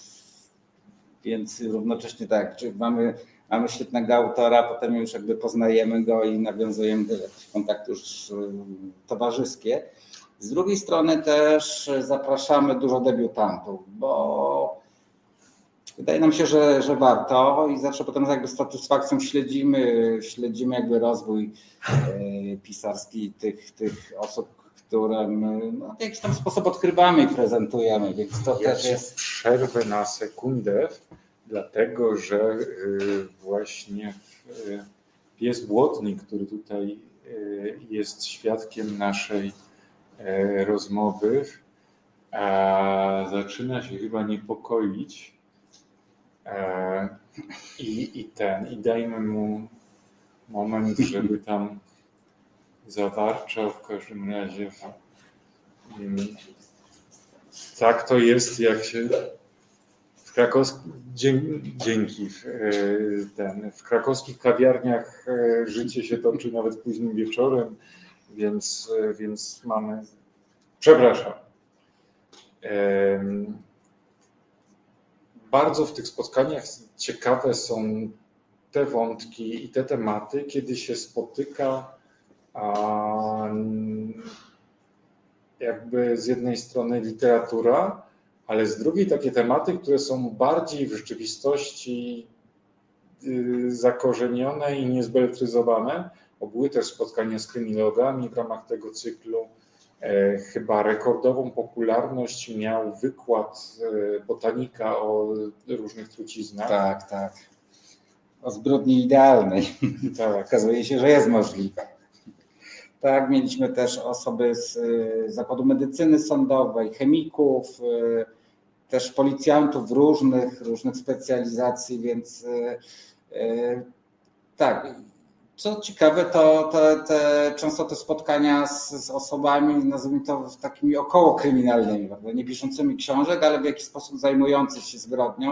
więc równocześnie tak, czy mamy, mamy świetnego autora, potem już jakby poznajemy go i nawiązujemy jakieś kontakty już towarzyskie. Z drugiej strony też zapraszamy dużo debiutantów, bo wydaje nam się, że, że warto i zawsze potem jakby z satysfakcją śledzimy, śledzimy jakby rozwój pisarski tych, tych osób, którym no, w jakiś tam sposób odkrywamy i prezentujemy, więc to ja też jest... Przerwę na sekundę, dlatego że właśnie pies błotnik, który tutaj jest świadkiem naszej rozmowy, zaczyna się chyba niepokoić i, i ten, i dajmy mu moment, żeby tam zawarczał. W każdym razie tak to jest, jak się w krakowskich, dzięki ten, w krakowskich kawiarniach życie się toczy nawet późnym wieczorem, więc, więc mamy, przepraszam. Bardzo w tych spotkaniach ciekawe są te wątki i te tematy, kiedy się spotyka a jakby z jednej strony literatura, ale z drugiej takie tematy, które są bardziej w rzeczywistości zakorzenione i niezbeletryzowane. Bo były też spotkania z kryminologami w ramach tego cyklu. Chyba rekordową popularność miał wykład botanika o różnych truciznach. Tak, tak. O zbrodni idealnej. Tak. Okazuje się, że jest możliwe. Tak, mieliśmy też osoby z Zakładu Medycyny Sądowej, chemików, też policjantów różnych, różnych specjalizacji, więc tak. Co ciekawe, to te, te, często te spotkania z, z osobami, nazwijmy to takimi około kryminalnymi, nie piszącymi książek, ale w jakiś sposób zajmujący się zbrodnią,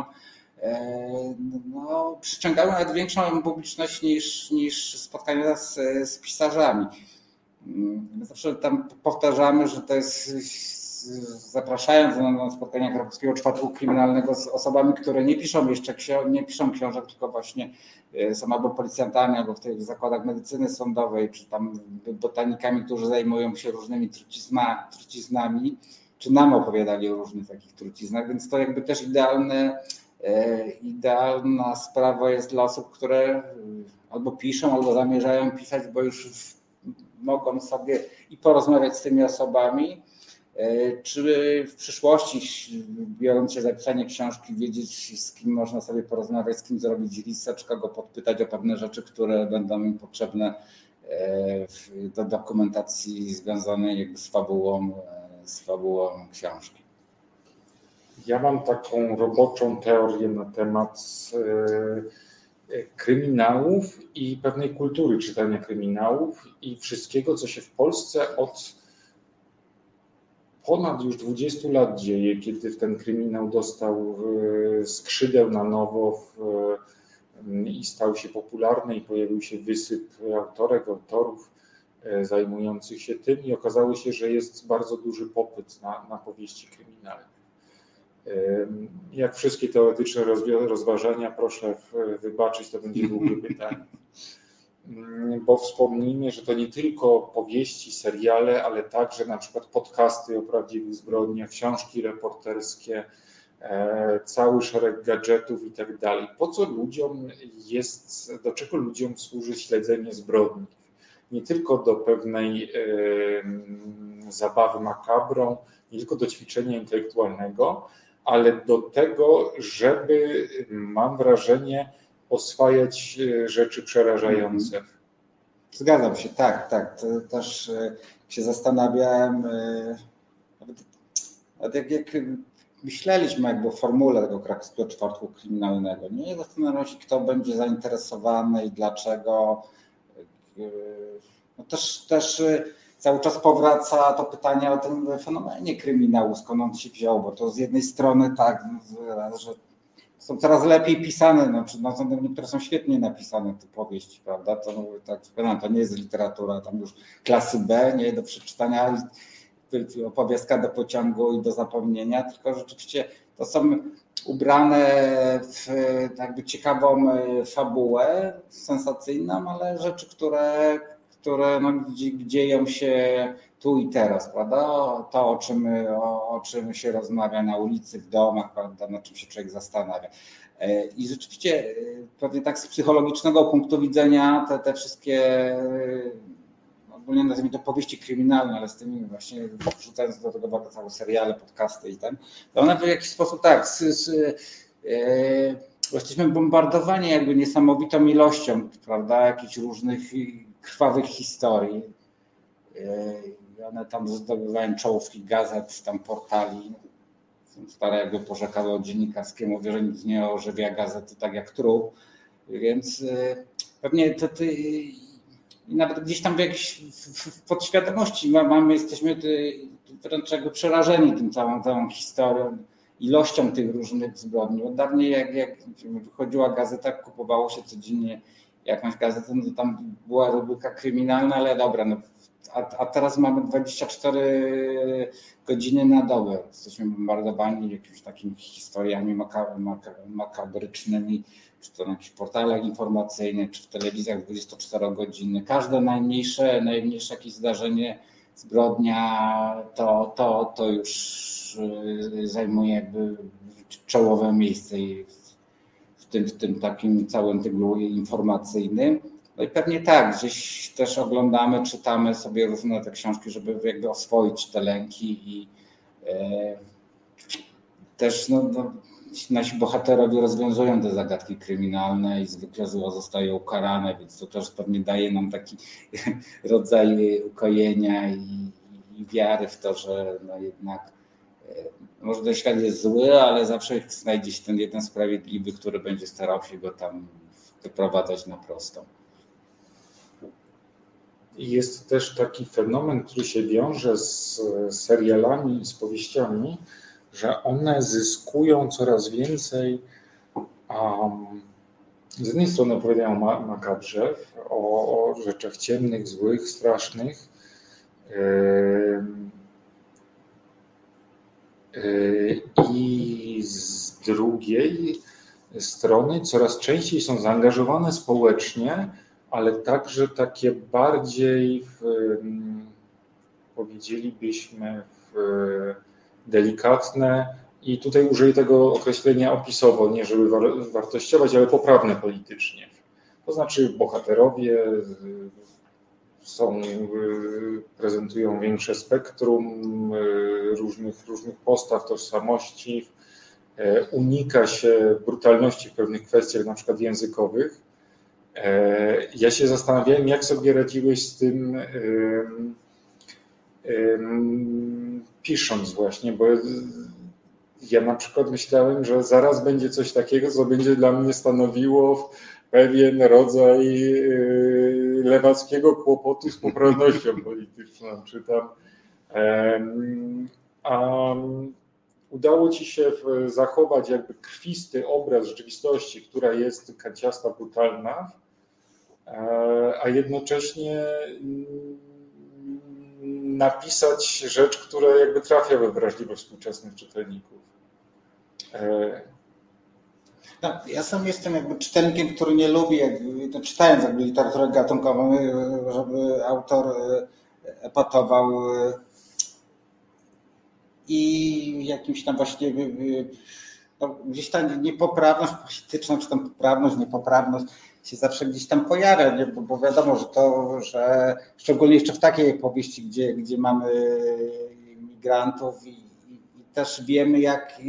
no, przyciągały nawet większą publiczność niż, niż spotkania z, z pisarzami. My zawsze tam powtarzamy, że to jest, zapraszając na spotkania Krakowskiego Czwartku Kryminalnego z osobami, które nie piszą jeszcze nie piszą książek, tylko właśnie są albo policjantami, albo w tych zakładach medycyny sądowej, czy tam botanikami, którzy zajmują się różnymi trucizna, truciznami. czy nam opowiadali o różnych takich truciznach, więc to jakby też idealne, idealna sprawa jest dla osób, które albo piszą, albo zamierzają pisać, bo już mogą sobie i porozmawiać z tymi osobami, czy w przyszłości, biorąc się za pisanie książki, wiedzieć, z kim można sobie porozmawiać, z kim zrobić research, kogo podpytać o pewne rzeczy, które będą im potrzebne do dokumentacji związanej jakby z fabułą, z fabułą książki. Ja mam taką roboczą teorię na temat kryminałów i pewnej kultury czytania kryminałów i wszystkiego, co się w Polsce od ponad już dwudziestu lat dzieje, kiedy ten kryminał dostał skrzydeł na nowo i stał się popularny i pojawił się wysyp autorek, autorów zajmujących się tym i okazało się, że jest bardzo duży popyt na, na powieści kryminalne. Jak wszystkie teoretyczne rozważania, proszę wybaczyć, to będzie długie pytanie. Bo wspomnijmy, że to nie tylko powieści, seriale, ale także na przykład podcasty o prawdziwych zbrodniach, książki reporterskie, cały szereg gadżetów i tak dalej. Po co ludziom jest, do czego ludziom służy śledzenie zbrodni? Nie tylko do pewnej zabawy makabrą, nie tylko do ćwiczenia intelektualnego, ale do tego, żeby, mam wrażenie, oswajać rzeczy przerażające. Zgadzam się, tak, tak. To też się zastanawiałem, jak, jak myśleliśmy jakby o formule tego Krakowskiego Czwartku Kryminalnego. Nie zastanawiam się, kto będzie zainteresowany i dlaczego. No też, też cały czas powraca to pytanie o tym fenomenie kryminału, skąd on się wziął, bo to z jednej strony tak, że są coraz lepiej pisane, no, no, niektóre są świetnie napisane, te powieści, prawda, to, tak, to nie jest literatura tam już klasy B, nie do przeczytania, opowiastka do pociągu i do zapomnienia, tylko rzeczywiście to są ubrane w jakby ciekawą fabułę, sensacyjną, ale rzeczy, które, które no, dzieją się tu i teraz, prawda? To, o czym, o, o czym się rozmawia na ulicy, w domach, prawda? Nad czym się człowiek zastanawia. I rzeczywiście pewnie tak z psychologicznego punktu widzenia te, te wszystkie, ogólnie nazwijmy to powieści kryminalne, ale z tymi właśnie wrzucając do tego bardzo całe seriale, podcasty i ten, to one w jakiś sposób tak, z, z, yy, jesteśmy bombardowani jakby niesamowitą ilością, prawda, jakichś różnych krwawych historii. Yy, one tam zdobywają czołówki gazet, tam portali. Stare jakby porzekało dziennikarskie, mówię, że nic nie ożywia gazety tak jak trup, więc yy, pewnie to ty i nawet gdzieś tam w jakiejś w podświadomości mamy, jesteśmy wręcz jakby przerażeni tym całą, całą historią, ilością tych różnych zbrodni. Od dawniej jak, jak wychodziła gazeta, kupowało się codziennie jakąś gazetę, no to tam była rubryka kryminalna, ale dobra, no, a, a teraz mamy dwadzieścia cztery godziny na dobę. Jesteśmy bombardowani jakimiś takimi historiami maka, maka, makabrycznymi, czy to na jakichś portalach informacyjnych, czy w telewizjach dwudziestoczterogodzinnych. Każde najmniejsze, najmniejsze jakieś zdarzenie, zbrodnia, to, to, to już zajmuje jakby czołowe miejsce w tym, w tym takim całym tyglu informacyjnym. No i pewnie tak, gdzieś też oglądamy, czytamy sobie różne te książki, żeby jakby oswoić te lęki i e, też no, no, nasi bohaterowie rozwiązują te zagadki kryminalne i zwykle zło zostaje ukarane, więc to też pewnie daje nam taki rodzaj ukojenia i, i wiary w to, że no jednak e, może ten świat jest zły, ale zawsze znajdzie się ten jeden sprawiedliwy, który będzie starał się go tam wyprowadzać na prostą. Jest też taki fenomen, który się wiąże z serialami i z powieściami, że one zyskują coraz więcej. Um, z jednej strony opowiadają o makabrze, o, o rzeczach ciemnych, złych, strasznych. Yy, yy, I z drugiej strony coraz częściej są zaangażowane społecznie, ale także takie bardziej w, powiedzielibyśmy w delikatne i tutaj użyję tego określenia opisowo, nie żeby wartościować, ale poprawne politycznie. To znaczy bohaterowie są, prezentują większe spektrum różnych, różnych postaw, tożsamości, unika się brutalności w pewnych kwestiach, na przykład językowych. Ja się zastanawiałem, jak sobie radziłeś z tym, pisząc właśnie, bo ja na przykład myślałem, że zaraz będzie coś takiego, co będzie dla mnie stanowiło pewien rodzaj lewackiego kłopotu z poprawnością polityczną, czytam. A udało ci się zachować jakby krwisty obraz rzeczywistości, która jest kanciasta, brutalna, a jednocześnie napisać rzecz, która jakby trafia we wrażliwość współczesnych czytelników. No, ja sam jestem jakby czytelnikiem, który nie lubi, jakby, to czytając jakby literaturę gatunkową, żeby autor epatował i jakimś tam właśnie no, gdzieś tam niepoprawność polityczna, czy tam poprawność, niepoprawność się zawsze gdzieś tam pojawia, nie? Bo, bo wiadomo, że to, że szczególnie jeszcze w takiej powieści, gdzie, gdzie mamy migrantów i, i, i też wiemy, jak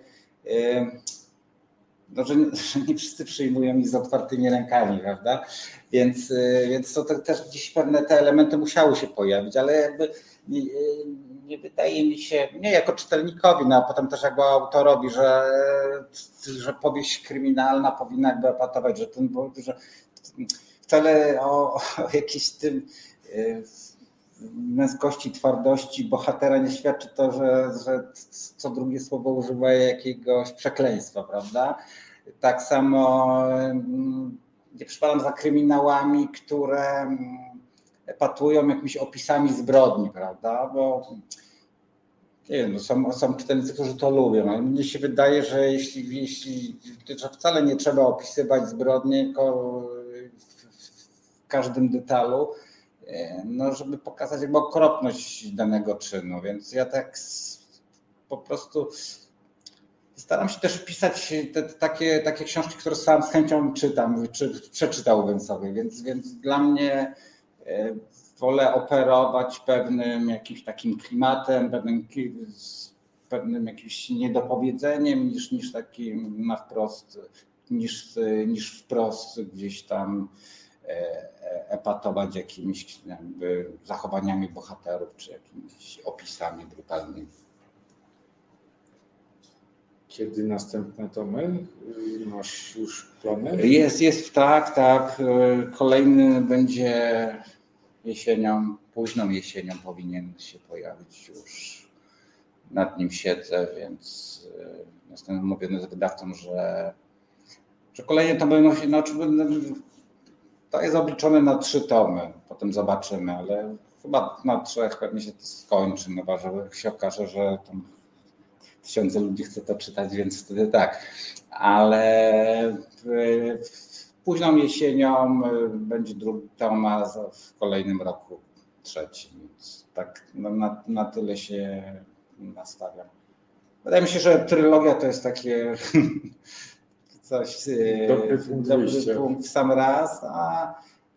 no, że, że nie wszyscy przyjmują ich z otwartymi rękami, prawda? Więc, więc to, to też gdzieś pewne te elementy musiały się pojawić, ale jakby nie, nie wydaje mi się, nie jako czytelnikowi, no a potem też jako autorowi, że, że powieść kryminalna powinna jakby epatować, że, ten, że wcale o, o jakiejś tym męskości, twardości bohatera nie świadczy to, że, że co drugie słowo używa jakiegoś przekleństwa, prawda? Tak samo nie przypadam za kryminałami, które epatują jakimiś opisami zbrodni, prawda? Bo nie wiem, no są, są czytelnicy, którzy to lubią, ale mnie się wydaje, że jeśli, jeśli że wcale nie trzeba opisywać zbrodni tylko w każdym detalu, no, żeby pokazać jakby okropność danego czynu, więc ja tak po prostu staram się też pisać te, takie, takie książki, które sam z chęcią czytam, czy przeczytałbym sobie, więc, więc dla mnie wolę operować pewnym jakimś takim klimatem, pewnym, pewnym jakimś niedopowiedzeniem niż, niż takim na wprost, niż, niż wprost gdzieś tam epatować jakimiś jakby zachowaniami bohaterów czy jakimiś opisami brutalnymi. Kiedy następne tomy? Masz już plany? Jest, jest tak, tak. Kolejny będzie jesienią, późną jesienią powinien się pojawić już. Nad nim siedzę, więc jestem umówiony z wydawcą, że, że kolejne tomy no, no, to jest obliczone na trzy tomy, potem zobaczymy, ale chyba na trzech pewnie się to skończy, no bo że się okaże, że tam tysiące ludzi chce to czytać, więc wtedy tak. Ale późną jesienią będzie drugi tom, a w kolejnym roku trzeci, więc tak no, na, na tyle się nastawiam. Wydaje mi się, że trylogia to jest takie coś, dobry punkt, dobry punkt w sam raz, a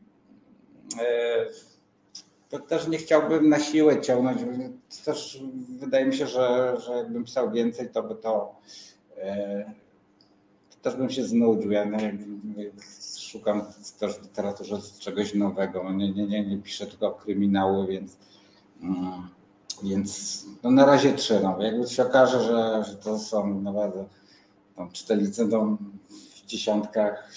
to też nie chciałbym na siłę ciągnąć. Też wydaje mi się, że, że jakbym pisał więcej, to by to, to też bym się znudził. Ja nie, szukam też w literaturze czegoś nowego. Nie, nie, nie, nie piszę tylko kryminały, więc, więc no na razie trzy. No. Jakby się okaże, że, że to są naprawdę tam czytelnicy no, w dziesiątkach,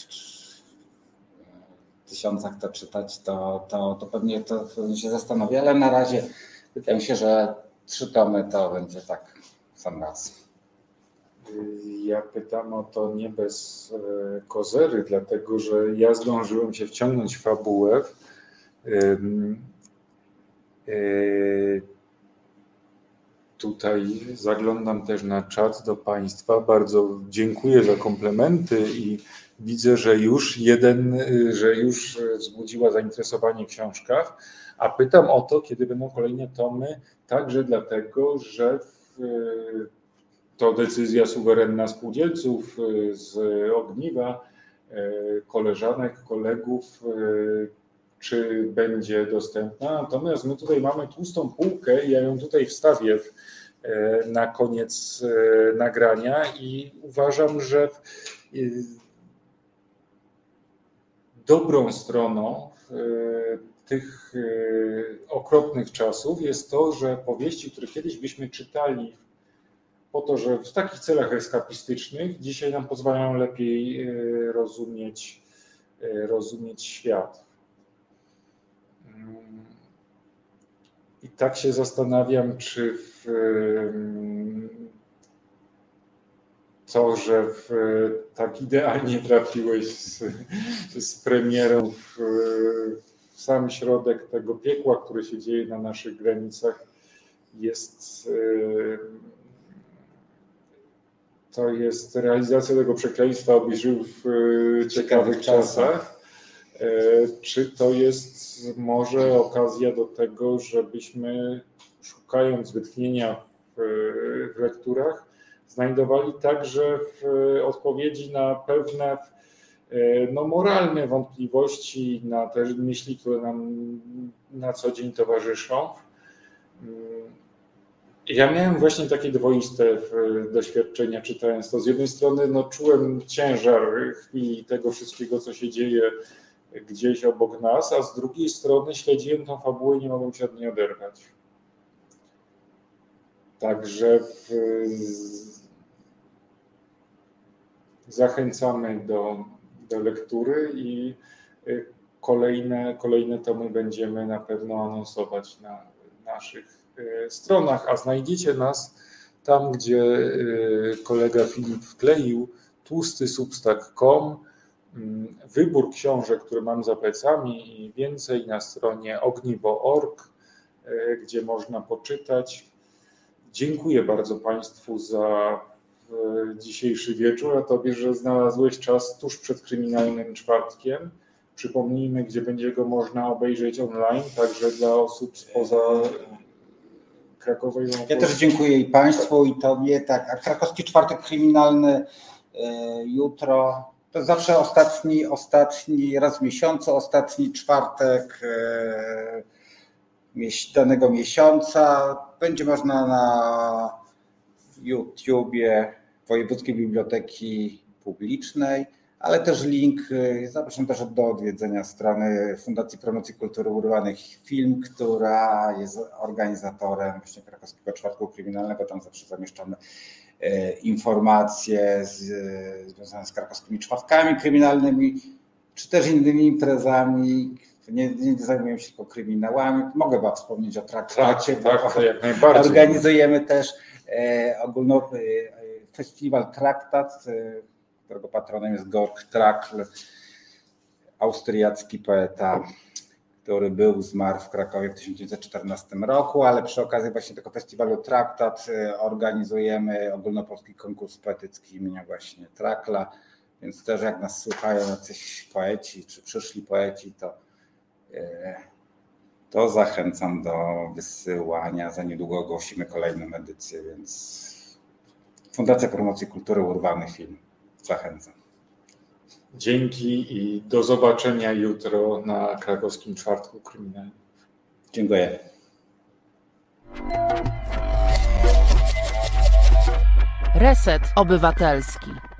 tysiącach to czytać, to, to, to pewnie to, to się zastanowię, ale na razie wydaje mi się, że trzy tomy to będzie tak sam raz. Ja pytam o to nie bez kozery, dlatego że ja zdążyłem się wciągnąć w fabułę. Tutaj zaglądam też na czat do Państwa. Bardzo dziękuję za komplementy i widzę, że już jeden, że już wzbudziła zainteresowanie książka, a pytam o to, kiedy będą kolejne tomy, także dlatego, że to decyzja suwerenna spółdzielców z Ogniwa, koleżanek, kolegów, czy będzie dostępna. Natomiast my tutaj mamy tłustą półkę i ja ją tutaj wstawię na koniec nagrania i uważam, że dobrą stroną tych okropnych czasów jest to, że powieści, które kiedyś byśmy czytali po to, że w takich celach eskapistycznych, dzisiaj nam pozwalają lepiej rozumieć, rozumieć świat. I tak się zastanawiam, czy w to, że w, tak idealnie trafiłeś z, z premierą w, w sam środek tego piekła, które się dzieje na naszych granicach, jest to jest realizacja tego przekleństwa, abyś żył w ciekawych czasach. Czy to jest może okazja do tego, żebyśmy szukając wytchnienia w, w lekturach, znajdowali także w odpowiedzi na pewne no, moralne wątpliwości, na te myśli, które nam na co dzień towarzyszą. Ja miałem właśnie takie dwoiste doświadczenia czytając to. Z jednej strony no, czułem ciężar chwili tego wszystkiego, co się dzieje gdzieś obok nas, a z drugiej strony śledziłem tą fabułę i nie mogłem się od niej oderwać. Także w... zachęcamy do, do lektury i kolejne, kolejne tomy będziemy na pewno anonsować na naszych stronach, a znajdziecie nas tam, gdzie kolega Filip wkleił tłusty substack kropka com, wybór książek, które mam za plecami i więcej na stronie ogniwo kropka org, gdzie można poczytać. Dziękuję bardzo Państwu za dzisiejszy wieczór, a Tobie, że znalazłeś czas tuż przed kryminalnym czwartkiem. Przypomnijmy, gdzie będzie go można obejrzeć online, także dla osób spoza Krakowa. Ja też dziękuję i Państwu, i Tobie. Tak, a krakowski czwartek kryminalny jutro. To zawsze ostatni, ostatni raz w miesiącu, ostatni czwartek danego miesiąca. Będzie można na YouTubie Wojewódzkiej Biblioteki Publicznej, ale też link, zapraszam też do odwiedzenia strony Fundacji Promocji Kultury Urwanych Film, która jest organizatorem właśnie Krakowskiego Czwartku Kryminalnego. Tam zawsze zamieszczamy informacje z, związane z krakowskimi czwartkami kryminalnymi, czy też innymi imprezami. Nie, nie zajmujemy się tylko kryminałami. Mogę chyba wspomnieć o traktacie, tak, tak, to jak najbardziej. Organizujemy też e, ogólno e, festiwal Traktat, e, którego patronem jest Georg Trakl, austriacki poeta, który był, zmarł w Krakowie w tysiąc dziewięćset czternastym roku, ale przy okazji właśnie tego festiwalu Traktat organizujemy ogólnopolski konkurs poetycki imienia właśnie Trakla, więc też jak nas słuchają jacyś poeci, czy przyszli poeci, to, to zachęcam do wysyłania. Za niedługo ogłosimy kolejną edycję, więc Fundacja Promocji Kultury Urwany Film. Zachęcam. Dzięki i do zobaczenia jutro na Krakowskim Czwartku Kryminalnym. Dziękuję. Reset Obywatelski.